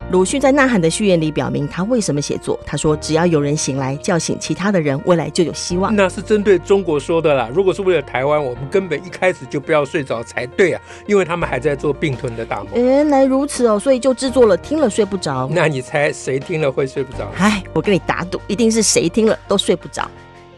鲁迅在《呐喊》的序言里表明他为什么写作，他说只要有人醒来叫醒其他的人，未来就有希望。 那是针对中国说的啦，如果是为了台湾，我们根本一开始就不要睡着才对啊，因为他们还在做并吞的大梦。 原来如此哦，所以就制作了听了睡不着。 那你猜谁听了会睡不着？ 哎，我跟你打赌，一定是谁听了都睡不着。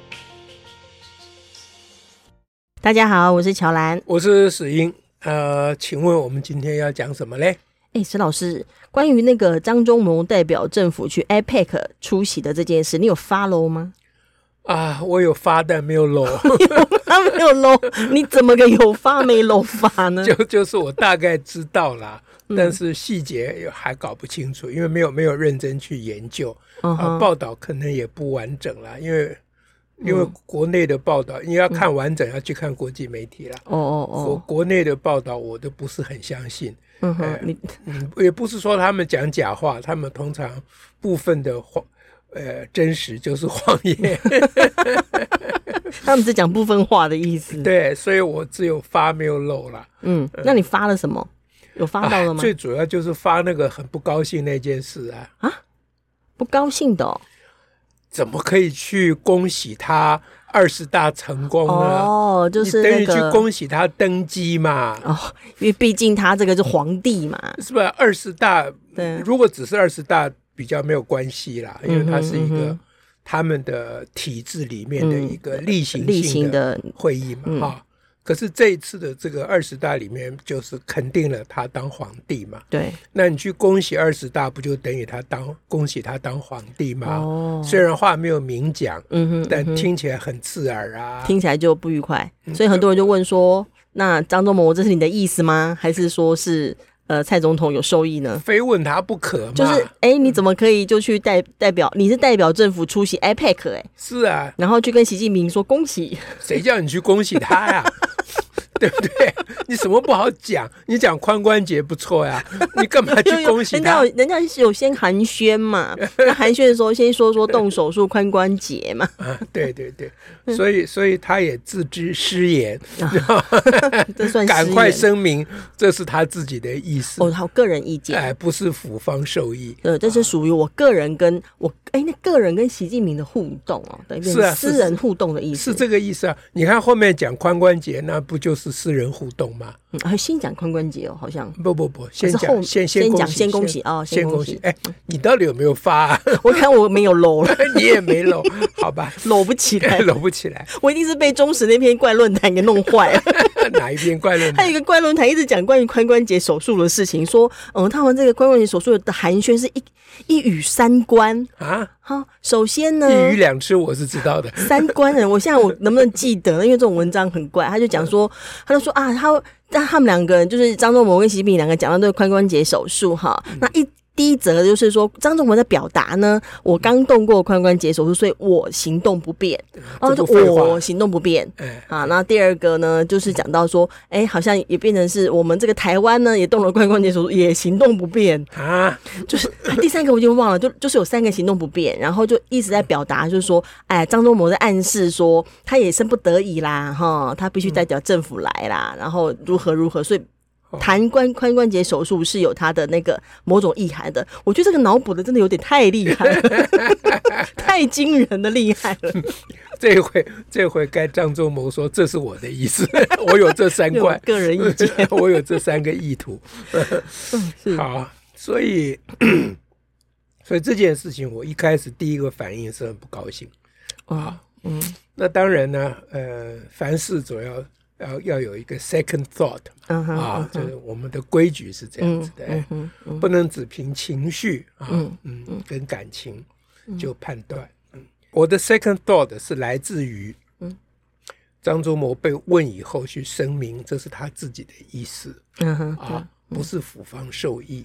大家好，我是乔兰， 我是史英。请问我们今天要讲什么嘞？ 沈老师，关于那个张忠谋代表政府去 APEC 出席的这件事，你有 follow 吗？ 我有发但没有搂。 他没有搂，你怎么个有发没搂法呢？ 就是我大概知道啦，但是细节还搞不清楚，因为没有认真去研究。报道可能也不完整啦，因为国内的报道你要看完整，要去看国际媒体啦。国内的报道我都不是很相信。也不是说他们讲假话，他们通常部分的真实就是谎言。 他们只讲部分话的意思。 对，所以我只有发没有漏啦。 那你发了什么？有发到了吗？ 最主要就是发那个很不高兴那件事啊。 不高兴的哦？ 怎么可以去恭喜他20大成功呢？ 就是你等于去恭喜他登基嘛。 因为毕竟他这个是皇帝嘛， 是吧？20大， 对， 如果只是20大比较没有关系啦，因为它是一个他们的体制里面的一个例行性的会议嘛。可是这一次的这个20大里面，就是肯定了他当皇帝嘛。 对， 那你去恭喜20大，不就等于恭喜他当皇帝吗？虽然话没有明讲，但听起来很刺耳啊， 听起来就不愉快。所以很多人就问说，那张忠谋这是你的意思吗？还是说是蔡总统有受益呢？ 非问他不可嘛。 就是你怎么可以就去代表，你是代表政府出席 APEC 是啊， 然后去跟习近平说恭喜？ 谁叫你去恭喜他呀？对不对？你什么不好讲？你讲髋关节不错呀，你干嘛去恭喜他？ 人家是有先寒暄嘛，那寒暄的时候先说动手术髋关节嘛。 对对对，所以他也自知失言， 这算赶快声明这是他自己的意思。 好，个人意见， 不是府方受益。 这是属于我个人跟那个人跟习近平的互动等于私人互动的意思， 是这个意思啊。你看后面讲髋关节，那不就是私人互动吗？ 先讲髋关节好像不，先讲先恭喜先恭喜。你到底有没有发啊？ 我看我没有搂了。 你也没搂，好吧？ 搂不起来， 搂不起来。 我一定是被中时那篇怪论坛给弄坏了。 哪一篇怪论坛？ 还有一个怪论坛一直讲关于髋关节手术的事情，说他们这个髋关节手术的寒暄是一语三关啊。好，首先呢， 一鱼两吃我是知道的。 三关人，我现在我能不能记得呢？因为这种文章很怪，他就讲说，他就说他们两个人就是张忠谋跟习近平两个讲到这个髋关节手术哈，那第一则就是说，张忠谋在表达呢，我刚动过髋关节手术，所以我行动不便。我行动不便。那第二个呢，就是讲到说，好像也变成是我们这个台湾呢，也动了髋关节手术，也行动不便啊。就是第三个我就忘了，就是有3个行动不便，然后就一直在表达，就是说，张忠谋在暗示说，他也生不得已啦，他必须代表政府来啦，然后如何，所以。谈髋关节手术是有它的那个某种意涵的，我觉得这个脑补的真的有点太厉害了，太惊人的厉害了。 这回该张忠谋说这是我的意思，我有这3块个人意见， 我有这3个意图。好，所以这件事情我一开始第一个反应是很不高兴那当然呢，凡事总要有一个 second thought 就是我们的规矩是这样子的，不能只凭情绪跟感情就判断。我的 second thought 是来自于张忠谋被问以后去声明这是他自己的意思不是府方受益。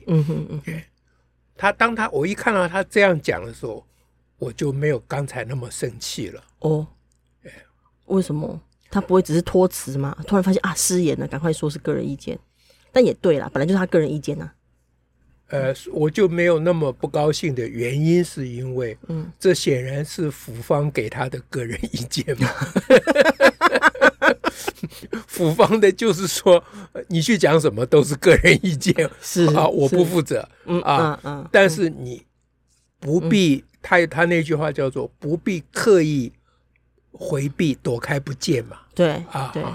我一看到他这样讲的时候，我就没有刚才那么生气了。 为什么？他不会只是托辞吗？突然发现失言了，赶快说是个人意见。但也对啦，本来就是他个人意见我就没有那么不高兴的原因是因为这显然是府方给他的个人意见嘛。 府方的就是说，你去讲什么都是个人意见， 是我不负责但是你不必，他那句话叫做不必刻意回避躲开不见嘛。 对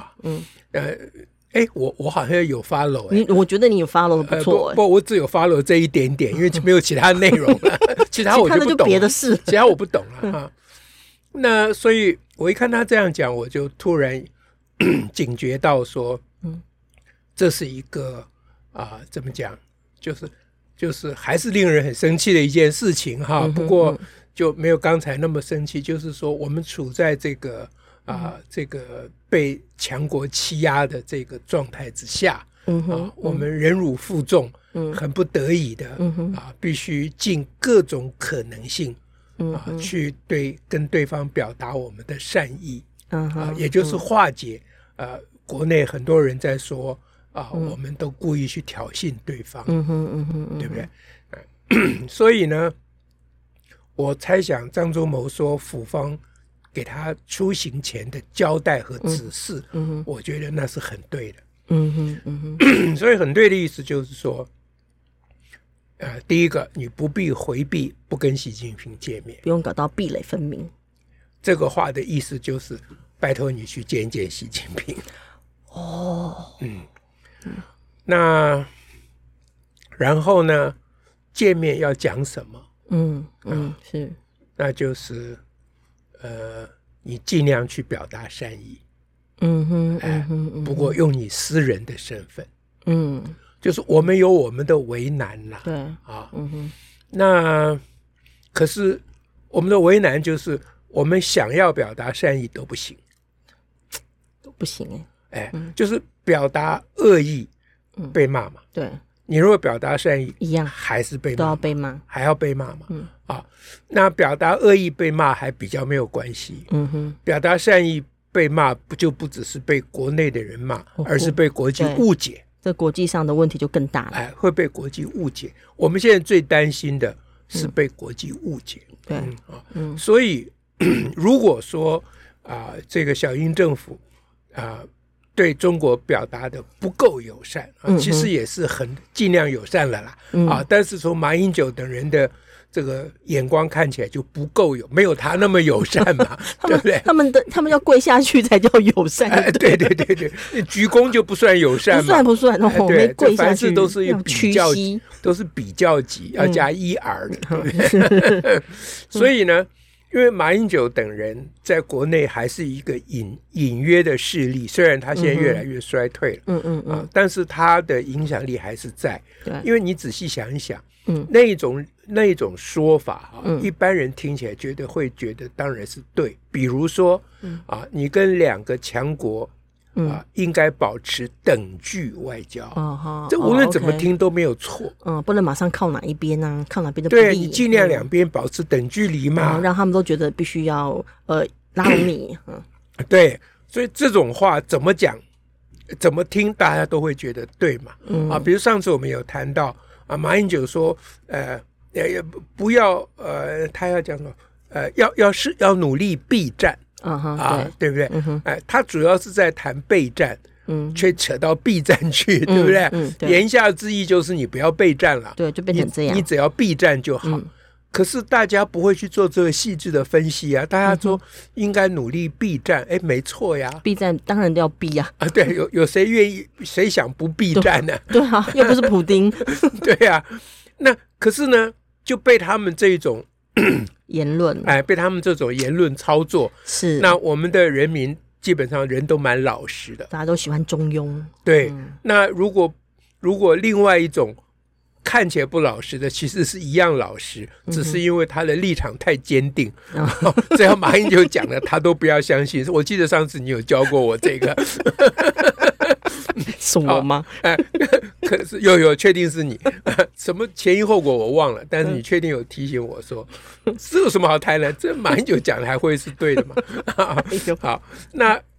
我好像有 follow， 我觉得你有 follow 不错。 不，我只有 follow 这一点点，因为没有其他内容了，其他我就不懂了， 别的事， 其他我不懂了那所以我一看他这样讲，我就突然警觉到说，这是一个怎么讲，就是还是令人很生气的一件事情哈。不过就没有刚才那么生气，就是说我们处在这个被强国欺压的这个状态之下，我们忍辱负重，很不得已的必须尽各种可能性去跟对方表达我们的善意，也就是化解国内很多人在说我们都故意去挑衅对方，对不对？所以呢，我猜想张忠谋说府方给他出行前的交代和指示，我觉得那是很对的。所以很对的意思就是说，第一个，你不必回避不跟习近平见面， 不用搞到壁垒分明。 这个话的意思就是拜托你去见见习近平。那然后呢，见面要讲什么？ 是， 那就是你尽量去表达善意，不过用你私人的身份，就是我们有我们的为难啦， 对那可是我们的为难就是我们想要表达善意都不行，就是表达恶意被骂嘛， 对。 你如果表达善意一样， 还是被骂， 都要被骂， 还要被骂嘛。那表达恶意被骂还比较没有关系。表达善意被骂不只是被国内的人骂，而是被国际误解。 这国际上的问题就更大了。 会被国际误解。我们现在最担心的是被国际误解。 对， 所以如果说这个小英政府对中国表达的不够友善其实也是很尽量友善了啦，但是从马英九等人的这个眼光看起来就不够没有他那么友善嘛，对不对？ 他们要跪下去才叫友善。 对，鞠躬就不算友善嘛， 不算对， 跪下去凡事都是比较级，都是比较级，要加ER的，对不对？所以呢，因为马英九等人在国内还是一个隐约的势力，虽然他现在越来越衰退了，但是他的影响力还是在。因为你仔细想一想，那一种说法一般人听起来会觉得当然是对。比如说你跟两个强国应该保持等距外交，这无论怎么听都没有错。 不能马上靠哪一边啊，靠哪边都不利。 对，你尽量两边保持等距离嘛， 让他们都觉得必须要拉拢你。 对，所以这种话怎么讲怎么听大家都会觉得对嘛。比如上次我们有谈到马英九说不要他要讲什么要努力避战对不对？他主要是在谈备战，却扯到避战去，对不对？言下之意就是你不要备战了， 对，就变成这样， 你只要避战就好。可是大家不会去做这个细致的分析啊！大家说应该努力避战，没错呀， 避战当然都要避啊！ 对，有谁愿意？谁想不避战呢？ 对啊，又不是普丁。 对啊，那可是呢，就被他们这种言论， 被他们这种言论操作， 是那我们的人民基本上人都蛮老实的， 大家都喜欢中庸。对， 那如果另外一种看起来不老实的，其实是一样老实，只是因为他的立场太坚定。只要马英九讲的，他都不要相信。我记得上次你有教过我这个， 是我吗？ 可是有确定是你，什么前因后果我忘了，但是你确定有提醒我说，这有什么好谈的？这马英九讲的还会是对的吗？好，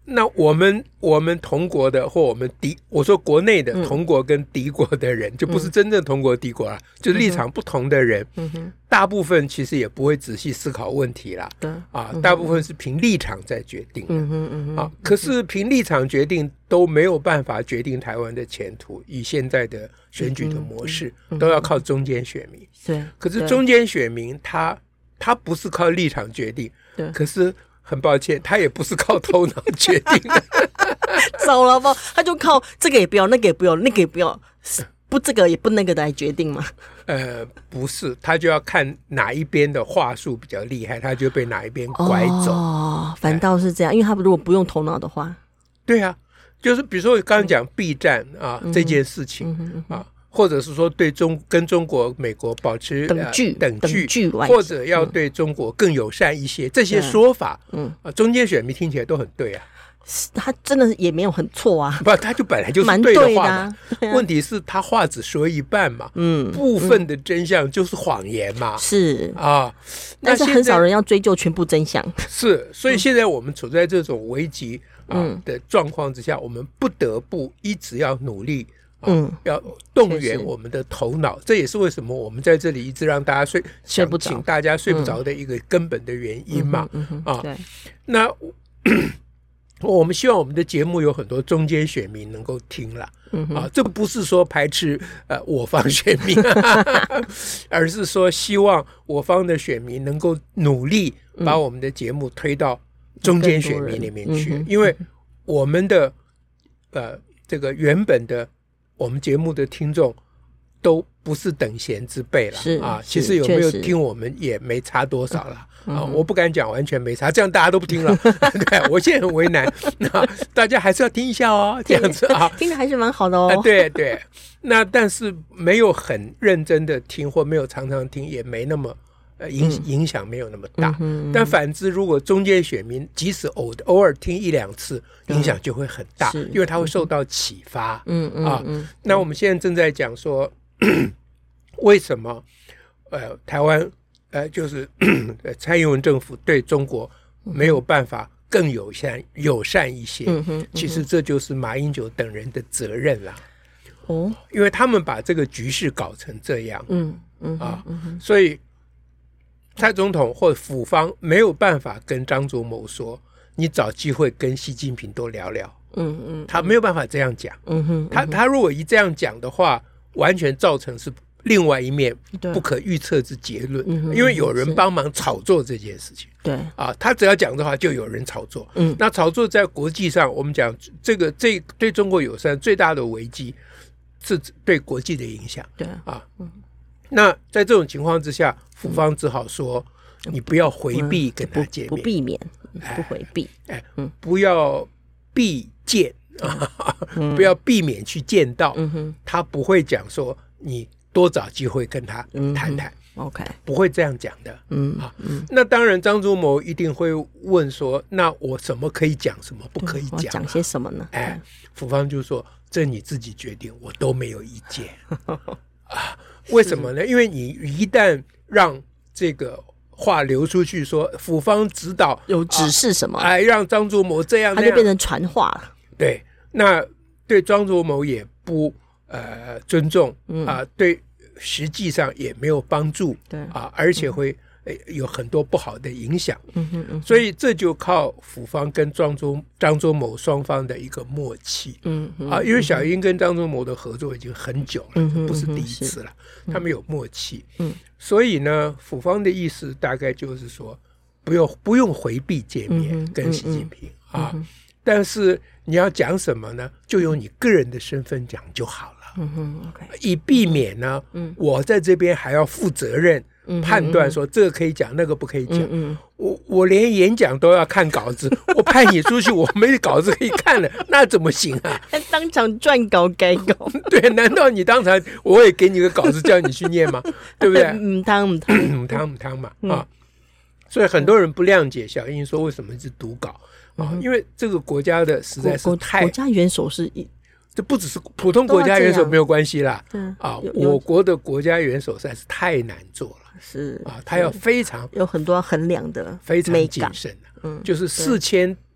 那我们同国的或我们我说国内的同国跟敌国的人，就不是真正同国敌国啦，就立场不同的人，大部分其实也不会仔细思考问题啦，大部分是凭立场在决定的，可是凭立场决定都没有办法决定台湾的前途，以现在的选举的模式，都要靠中间选民。 对， 可是中间选民他不是靠立场决定，可是很抱歉，他也不是靠头脑决定的。 糟了吧？他就靠这个也不要，那个也不要，那个也不要，不这个也不那个的来决定嘛？ 不是，他就要看哪一边的话术比较厉害，他就被哪一边拐走。 反倒是这样，因为他如果不用头脑的话， 对啊，就是比如说我刚刚讲避战这件事情或者是说跟中国、美国保持等距，或者要对中国更友善一些，这些说法，中间选民听起来都很对啊。 他真的也没有很错啊， 不，他就本来就是对的话嘛。问题是他话只说一半嘛，部分的真相就是谎言嘛， 是啊，但是很少人要追究全部真相。 是，所以现在我们处在这种危急的状况之下，我们不得不一直要努力。要动员我们的头脑，这也是为什么我们在这里一直让大家睡不着，请大家睡不着的一个根本的原因嘛。对，那我们希望我们的节目有很多中间选民能够听了这不是说排斥我方选民而是说希望我方的选民能够努力把我们的节目推到中间选民里面去，因为我们的这个原本的我们节目的听众都不是等闲之辈了其实有没有听我们也没差多少了我不敢讲完全没差，这样大家都不听了对，我现在很为难那大家还是要听一下这样子听得还是蛮好的对对，那但是没有很认真的听或没有常常听也没那么影响没有那么大但反之如果中间选民即使偶尔听一两次影响就会很大因为他会受到启发那我们现在正在讲说为什么台湾就是蔡英文政府对中国没有办法更友善一些其实这就是马英九等人的责任啦因为他们把这个局势搞成这样所以蔡总统或府方没有办法跟张忠谋说你找机会跟习近平多聊聊他没有办法这样讲他如果一这样讲的话完全造成是另外一面不可预测之结论因为有人帮忙炒作这件事情对他只要讲的话就有人炒作那炒作在国际上我们讲这对中国友善最大的危机是对国际的影响对那在这种情况之下府方只好说你不要回避跟他见面不避免不回避不要避见不要避免去见到他不会讲说你多找机会跟他谈谈 OK 不会这样讲的那当然张忠谋一定会问说那我什么可以讲什么不可以讲讲些什么呢府方就说这你自己决定我都没有意见为什么呢因为你一旦让这个话流出去说府方指导有指示什么让张忠谋这样他就变成传话了对那对张忠谋也不尊重对实际上也没有帮助对而且会有很多不好的影响所以这就靠府方跟张忠谋双方的一个默契因为小英跟张忠谋的合作已经很久了不是第一次了他们有默契所以呢府方的意思大概就是说不用回避见面跟习近平但是你要讲什么呢就用你个人的身份讲就好了以避免呢我在这边还要负责任判断说这个可以讲那个不可以讲我连演讲都要看稿子我派你出去我没稿子可以看了那怎么行啊当场撰稿改稿对难道你当场我也给你个稿子叫你去念吗对不对母汤嘛所以很多人不谅解小英说为什么是读稿因为这个国家的实在是太国家元首是这不只是普通国家元首没有关系啦我国的国家元首实在是太难做了是他要非常有很多要衡量的非常谨慎的就是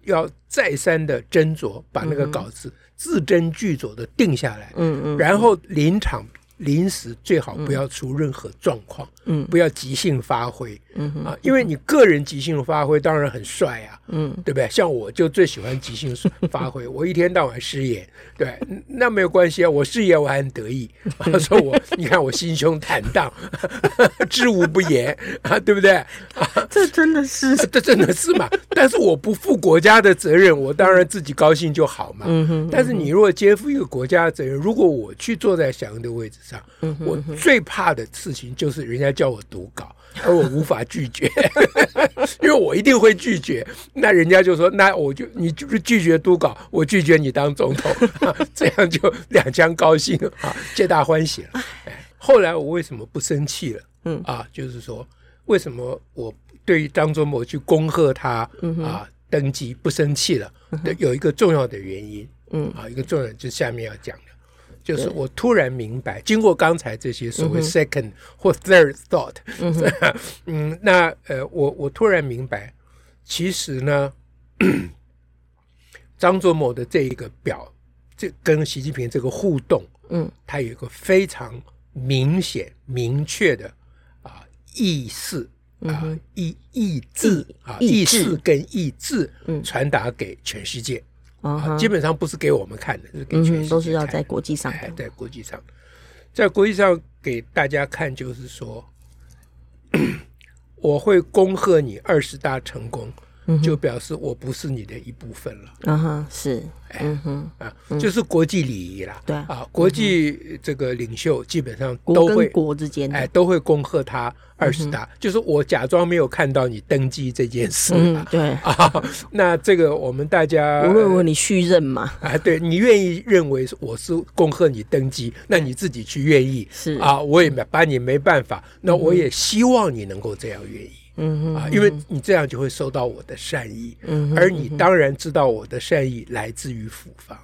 要再三的斟酌，把那个稿子字斟句酌的定下来，然后临时最好不要出任何状况，不要即兴发挥，因为你个人即兴发挥当然很帅啊，对不对？像我就最喜欢即兴发挥，我一天到晚失言，对，那没有关系啊，我失言我还很得意，说你看我心胸坦荡，知无不言啊，对不对？ 这真的是， 这真的是嘛？但是我不负国家的责任，我当然自己高兴就好嘛。但是你如果肩负一个国家的责任，如果我去坐在小英的位置上，我最怕的事情就是人家叫我读稿，而我无法拒绝，因为我一定会拒绝。那人家就说，那你就是拒绝读稿，我拒绝你当总统，这样就两腔高兴啊，皆大欢喜了。后来我为什么不生气了？就是说为什么我对于张忠谋去恭贺他登基不生气了？有一个重要的原因，一个重要的就是下面要讲的。就是我突然明白，经过刚才这些所谓 second 或 third thought，我突然明白，其实呢，张忠谋的这一个这跟习近平这个互动，它有一个非常明显明确的意思意志跟意志传达给全世界。基本上不是给我们看的，是给全世界看的， 都是要在国际上的。 在国际上给大家看，就是说，我会恭贺你20大成功，就表示我不是你的一部分了。 是， 就是国际礼仪啦。 对国际这个领袖基本上都会国跟国之间的， 都会恭贺他20大，就是我假装没有看到你登基这件事。 对那这个我们大家， 无论如何你续任嘛， 对，你愿意认为我是恭贺你登基，那你自己去愿意是我也把你没办法，那我也希望你能够这样愿意。因为你这样就会收到我的善意，而你当然知道我的善意来自于府方。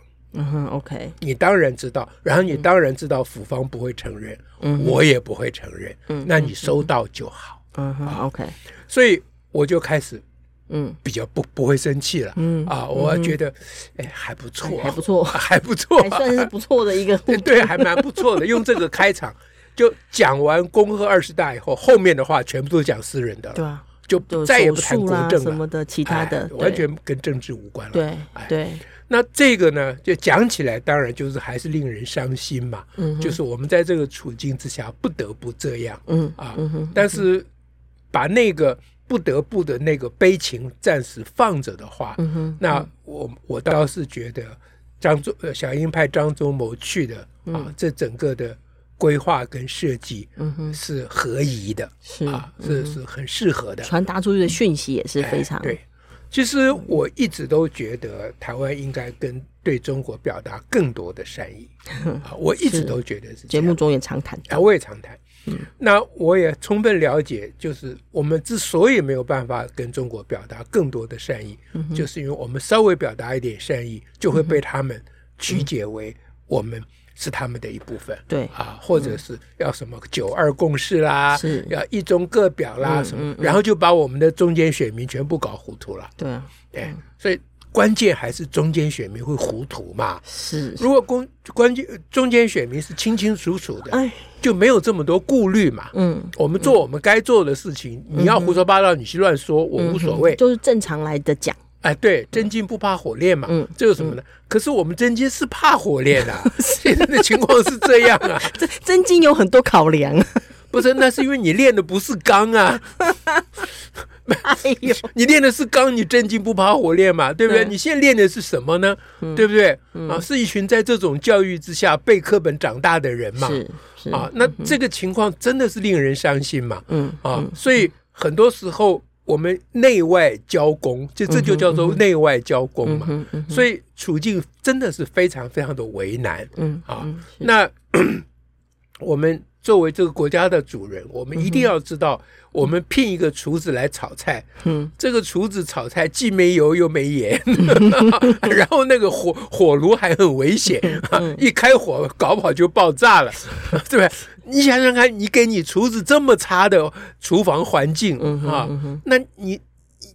OK， 你当然知道，然后你当然知道府方不会承认，我也不会承认，那你收到就好。 OK， 所以我就开始比较不会生气了。我觉得还不错， 还不错， 还不错， 还算是不错的一个互动。 对，还蛮不错的。用这个开场就讲完恭贺20大以后，后面的话全部都讲私人的了。 对啊， 就再也不谈国政了， 什么的其他的， 完全跟政治无关了。 对。 那这个呢，就讲起来当然就是还是令人伤心嘛。就是我们在这个处境之下不得不这样。但是把那个不得不的那个悲情暂时放着的话，那我倒是觉得小英派张忠谋去的这整个的规划跟设计是合宜的，是很适合的， 传达出去的讯息也是非常对。其实我一直都觉得台湾应该对中国表达更多的善意，我一直都觉得是这样。 节目中也常谈， 我也常谈。那我也充分了解，就是我们之所以没有办法跟中国表达更多的善意，就是因为我们稍微表达一点善意，就会被他们曲解为我们是他们的一部分， 对或者是要什么9·2共识啦，要一中各表啦什么，然后就把我们的中间选民全部搞糊涂了。 对啊， 所以关键还是中间选民会糊涂嘛。 是， 如果关键中间选民是清清楚楚的，就没有这么多顾虑嘛。我们做我们该做的事情，你要胡说八道，你去乱说，我无所谓， 就是正常来的讲。 对，真金不怕火炼嘛，这有什么呢？可是我们真金是怕火炼啊，现在的情况是这样啊。 真金有很多考量， 不是？那是因为你练的不是钢啊。你练的是钢，你真金不怕火炼嘛，对不对？你现在练的是什么呢？对不对？是一群在这种教育之下背课本长大的人嘛。那这个情况真的是令人伤心嘛。所以很多时候我们内外交攻，这就叫做内外交攻嘛。所以处境真的是非常非常的为难。那我们作为这个国家的主人，我们一定要知道，我们聘一个厨子来炒菜，这个厨子炒菜既没油又没盐，然后那个火炉还很危险，一开火搞不好就爆炸了，对吧？你想想看，你给你厨子这么差的厨房环境那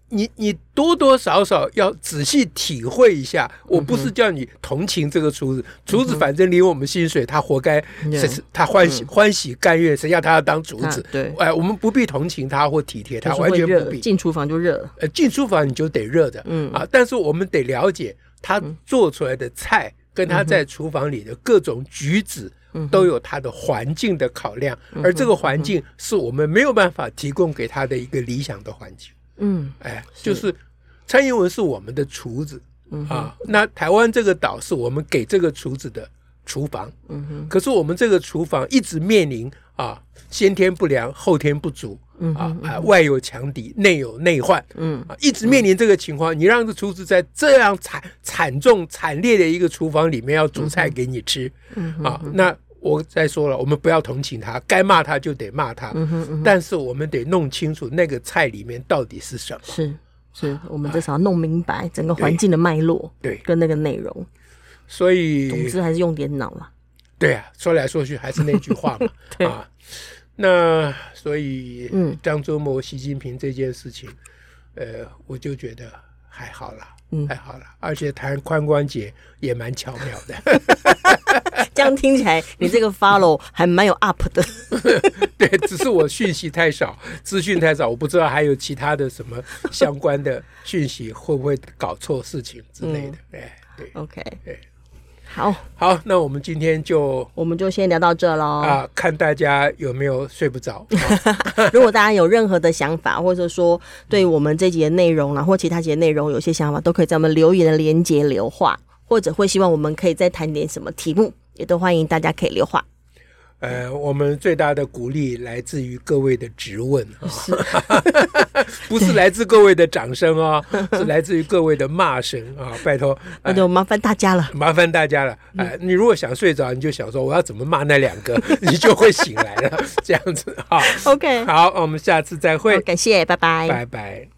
你多多少少要仔细体会一下。我不是叫你同情这个厨子，厨子反正领我们薪水，他活该，他欢喜甘愿，谁叫他要当厨子？ 对， 我们不必同情他或体贴他，完全不必。 进厨房就热了， 进厨房你就得热的，但是我们得了解他做出来的菜跟他在厨房里的各种举止。都有他的环境的考量，而这个环境是我们没有办法提供给他的一个理想的环境。就是蔡英文是我们的厨子那台湾这个岛是我们给这个厨子的厨房，可是我们这个厨房一直面临先天不良后天不足外有强敌内有内患一直面临这个情况。你让这厨子在这样惨重惨烈的一个厨房里面要煮菜给你吃那我再说了，我们不要同情他，该骂他就得骂他但是我们得弄清楚那个菜里面到底是什么。 是我们至少要弄明白整个环境的脉络， 对， 跟那个内容。 所以总之还是用点脑啦。 对啊，说来说去还是那句话嘛对那所以张忠谋习近平这件事情我就觉得还好啦还好啦，而且谈髋关节也蛮巧妙的这样听起来你这个 follow 还蛮有 up 的对，只是我讯息太少，资讯太少，我不知道还有其他的什么相关的讯息会不会搞错事情之类的对 OK 对好， 那我们今天就先聊到这咯看大家有没有睡不着如果大家有任何的想法，或者说对我们这集的内容或其他集的内容有些想法，都可以在我们留言的连结留话，或者会希望我们可以再谈点什么题目，也都欢迎大家可以留话。 我们最大的鼓励来自于各位的质问不是来自各位的掌声是来自于各位的骂声拜托那就麻烦大家了你如果想睡着，你就想说我要怎么骂那两个你就会醒来了这样子 OK 好，我们下次再会， 感谢，拜拜拜拜。